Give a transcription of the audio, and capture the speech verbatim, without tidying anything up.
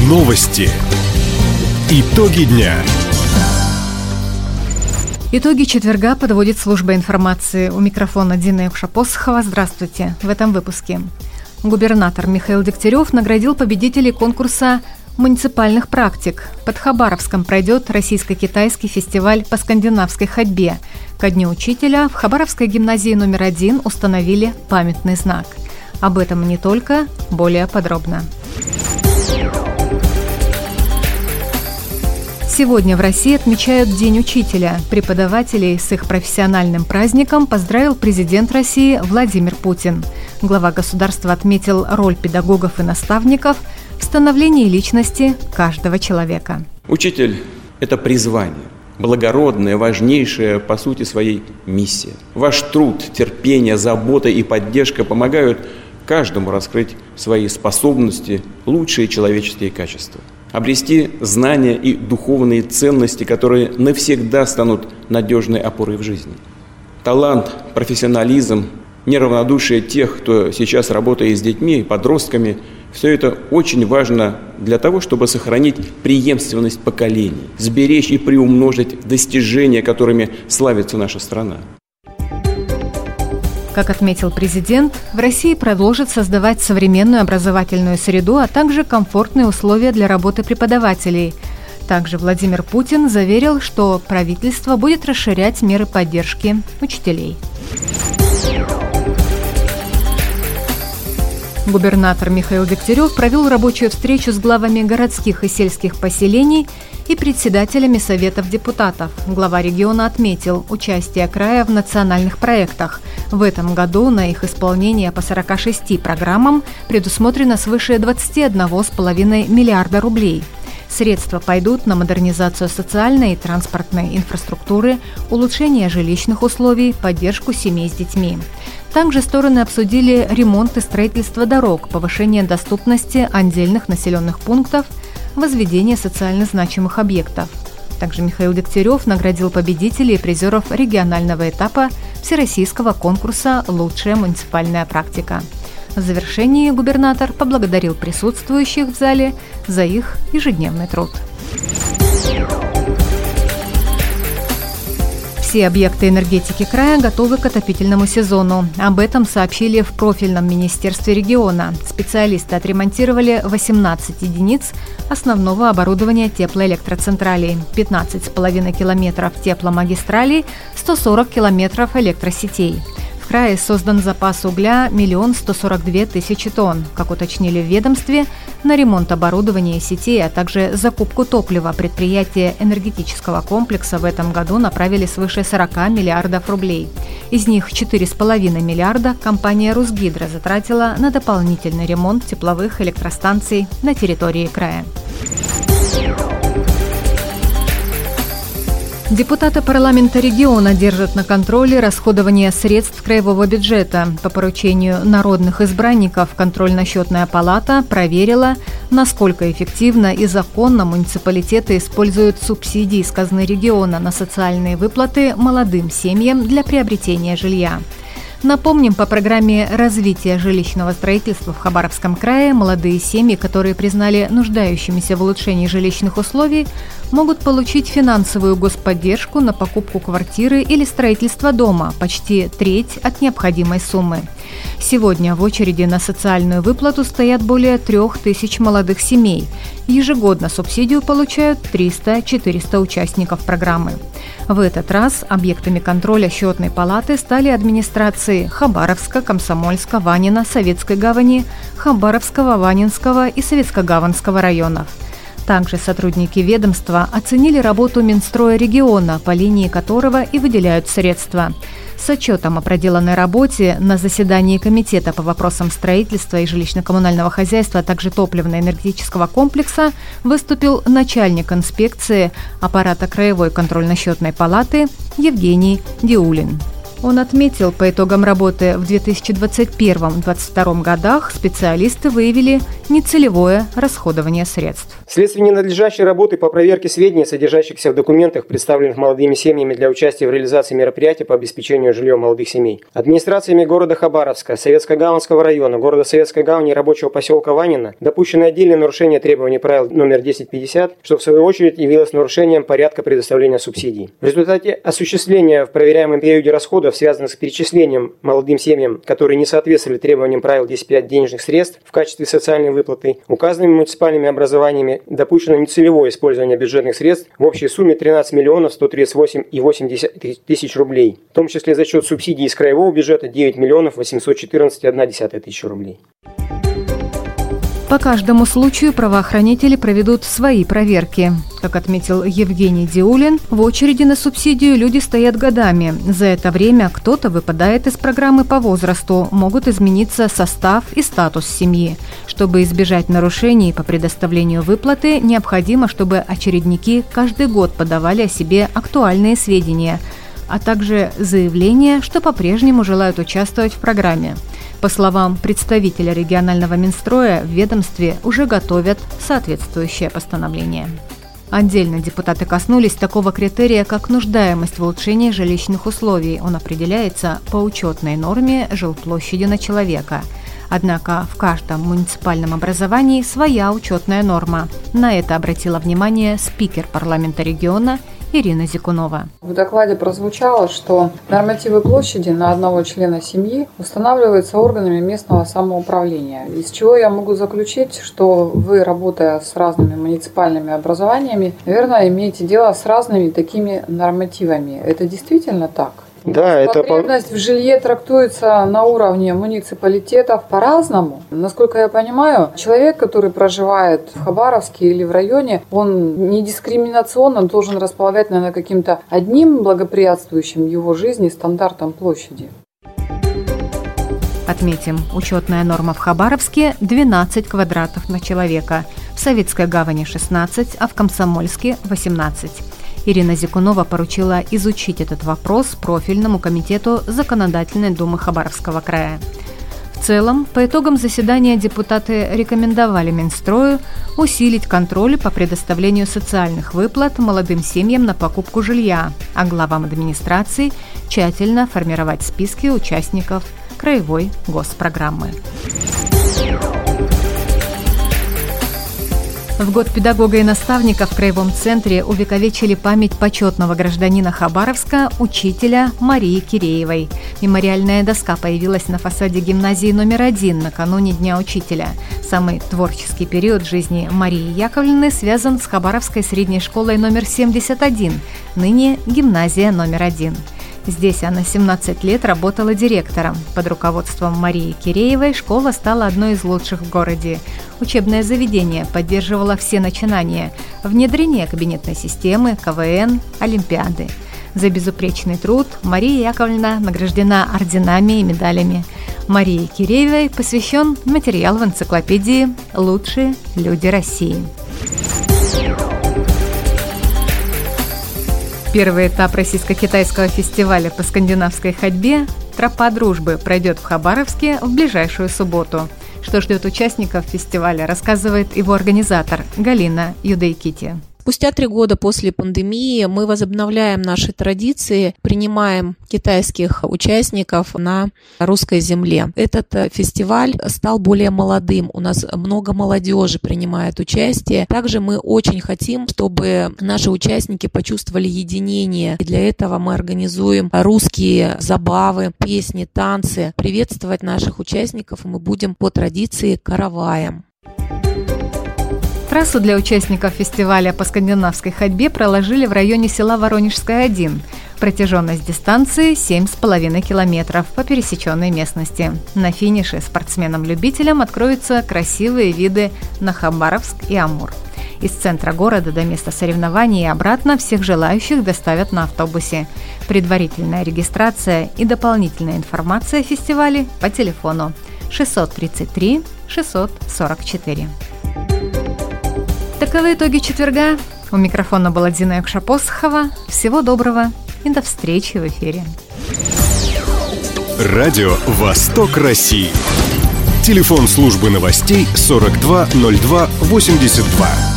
Новости. Итоги дня. Итоги четверга подводит служба информации. У микрофона Дина Евшапосхова. Здравствуйте. В этом выпуске. Губернатор Михаил Дегтярев наградил победителей конкурса муниципальных практик. Под Хабаровском пройдет российско-китайский фестиваль по скандинавской ходьбе. Ко Дню учителя в Хабаровской гимназии номер один установили памятный знак. Об этом не только, более подробно. Сегодня в России отмечают День учителя. Преподавателей с их профессиональным праздником поздравил президент России Владимир Путин. Глава государства отметил роль педагогов и наставников в становлении личности каждого человека. Учитель – это призвание, благородная, важнейшая по сути своей миссия. Ваш труд, терпение, забота и поддержка помогают каждому раскрыть свои способности, лучшие человеческие качества. Обрести знания и духовные ценности, которые навсегда станут надежной опорой в жизни. Талант, профессионализм, неравнодушие тех, кто сейчас работает с детьми и подростками – все это очень важно для того, чтобы сохранить преемственность поколений, сберечь и приумножить достижения, которыми славится наша страна. Как отметил президент, в России продолжат создавать современную образовательную среду, а также комфортные условия для работы преподавателей. Также Владимир Путин заверил, что правительство будет расширять меры поддержки учителей. Губернатор Михаил Дегтярев провел рабочую встречу с главами городских и сельских поселений и председателями советов депутатов. Глава региона отметил участие края в национальных проектах. В этом году на их исполнение по сорока шести программам предусмотрено свыше двадцати одного целых пяти десятых миллиарда рублей. Средства пойдут на модернизацию социальной и транспортной инфраструктуры, улучшение жилищных условий, поддержку семей с детьми. Также стороны обсудили ремонт и строительство дорог, повышение доступности отдельных населенных пунктов, возведение социально значимых объектов. Также Михаил Дегтярев наградил победителей и призеров регионального этапа всероссийского конкурса «Лучшая муниципальная практика». В завершении губернатор поблагодарил присутствующих в зале за их ежедневный труд. Все объекты энергетики края готовы к отопительному сезону. Об этом сообщили в профильном министерстве региона. Специалисты отремонтировали восемнадцать единиц основного оборудования теплоэлектроцентралей, пятнадцать целых пять десятых километров тепломагистралей, сто сорок километров электросетей. В крае создан запас угля миллион сто сорок две тысячи тонн. Как уточнили в ведомстве, на ремонт оборудования и сетей, а также закупку топлива предприятия энергетического комплекса в этом году направили свыше сорока миллиардов рублей. Из них четыре целых пять десятых миллиарда компания «Русгидро» затратила на дополнительный ремонт тепловых электростанций на территории края. Депутаты парламента региона держат на контроле расходование средств краевого бюджета. По поручению народных избранников контрольно-счетная палата проверила, насколько эффективно и законно муниципалитеты используют субсидии из казны региона на социальные выплаты молодым семьям для приобретения жилья. Напомним, по программе развития жилищного строительства в Хабаровском крае молодые семьи, которые признали нуждающимися в улучшении жилищных условий, могут получить финансовую господдержку на покупку квартиры или строительство дома, почти треть от необходимой суммы. Сегодня в очереди на социальную выплату стоят более трех тысяч молодых семей. Ежегодно субсидию получают триста-четыреста участников программы. В этот раз объектами контроля счетной палаты стали администрации Хабаровска, Комсомольска, Ванина, Советской Гавани, Хабаровского, Ванинского и Советско-Гаванского районов. Также сотрудники ведомства оценили работу Минстроя региона, по линии которого и выделяют средства. С отчетом о проделанной работе на заседании Комитета по вопросам строительства и жилищно-коммунального хозяйства, а также топливно-энергетического комплекса выступил начальник инспекции аппарата Краевой контрольно-счетной палаты Евгений Диулин. Он отметил, по итогам работы в две тысячи двадцать первом — две тысячи двадцать втором годах специалисты выявили нецелевое расходование средств. Вследствие ненадлежащей работы по проверке сведений, содержащихся в документах, представленных молодыми семьями для участия в реализации мероприятий по обеспечению жильем молодых семей, администрациями города Хабаровска, Советско-Гаванского района, города Советской Гавани и рабочего поселка Ванина допущено отдельное нарушение требований правил номер десять пятьдесят, что в свою очередь явилось нарушением порядка предоставления субсидий. В результате осуществления в проверяемом периоде расходов, связанных с перечислением молодым семьям, которые не соответствовали требованиям правил десять пять денежных средств в качестве социальной выплаты, указанными муниципальными образованиями допущено нецелевое использование бюджетных средств в общей сумме тринадцать миллионов сто тридцать восемь и восемь десятых тысяч рублей, в том числе за счет субсидий из краевого бюджета девять миллионов восемьсот четырнадцать и одна десятая тысячи рублей. По каждому случаю правоохранители проведут свои проверки. Как отметил Евгений Диулин, в очереди на субсидию люди стоят годами. За это время кто-то выпадает из программы по возрасту, могут измениться состав и статус семьи. Чтобы избежать нарушений по предоставлению выплаты, необходимо, чтобы очередники каждый год подавали о себе актуальные сведения, а также заявления, что по-прежнему желают участвовать в программе. По словам представителя регионального Минстроя, в ведомстве уже готовят соответствующее постановление. Отдельно депутаты коснулись такого критерия, как нуждаемость в улучшении жилищных условий. Он определяется по учетной норме жилплощади на человека. Однако в каждом муниципальном образовании своя учетная норма. На это обратила внимание спикер парламента региона Ирина Зикунова. В докладе прозвучало, что нормативы площади на одного члена семьи устанавливаются органами местного самоуправления, из чего я могу заключить, что вы, работая с разными муниципальными образованиями, наверное, имеете дело с разными такими нормативами. Это действительно так? Да, это потребность в жилье трактуется на уровне муниципалитетов по-разному. Насколько я понимаю, человек, который проживает в Хабаровске или в районе, он не дискриминационно должен располагать, наверное, каким-то одним благоприятствующим его жизни стандартом площади. Отметим, учетная норма в Хабаровске – двенадцать квадратов на человека, в Советской Гавани – шестнадцать, а в Комсомольске – восемнадцать. Ирина Зикунова поручила изучить этот вопрос профильному комитету Законодательной думы Хабаровского края. В целом, по итогам заседания депутаты рекомендовали Минстрою усилить контроль по предоставлению социальных выплат молодым семьям на покупку жилья, а главам администрации тщательно формировать списки участников краевой госпрограммы. В год педагога и наставника в Краевом центре увековечили память почетного гражданина Хабаровска, учителя Марии Киреевой. Мемориальная доска появилась на фасаде гимназии номер один накануне Дня учителя. Самый творческий период жизни Марии Яковлевны связан с Хабаровской средней школой номер семьдесят один, ныне гимназия номер один. Здесь она семнадцать лет работала директором. Под руководством Марии Киреевой школа стала одной из лучших в городе. Учебное заведение поддерживало все начинания – внедрение кабинетной системы, ка вэ эн, олимпиады. За безупречный труд Мария Яковлевна награждена орденами и медалями. Марии Киреевой посвящен материал в энциклопедии «Лучшие люди России». Первый этап российско-китайского фестиваля по скандинавской ходьбе «Тропа дружбы» пройдет в Хабаровске в ближайшую субботу. Что ждет участников фестиваля, рассказывает его организатор Галина Юдейкити. Спустя три года после пандемии мы возобновляем наши традиции, принимаем китайских участников на русской земле. Этот фестиваль стал более молодым, у нас много молодежи принимает участие. Также мы очень хотим, чтобы наши участники почувствовали единение. И для этого мы организуем русские забавы, песни, танцы. Приветствовать наших участников мы будем по традиции караваем. Трассу для участников фестиваля по скандинавской ходьбе проложили в районе села Воронежская один. Протяженность дистанции семь с половиной километров по пересеченной местности. На финише спортсменам-любителям откроются красивые виды на Хабаровск и Амур. Из центра города до места соревнований и обратно всех желающих доставят на автобусе. Предварительная регистрация и дополнительная информация о фестивале по телефону шестьсот тридцать три шестьсот сорок четыре. Таковы итоги четверга. У микрофона была Дина Якшапосхова. Всего доброго и до встречи в эфире. Радио «Восток России». Телефон службы новостей сорок два ноль два восемьдесят два.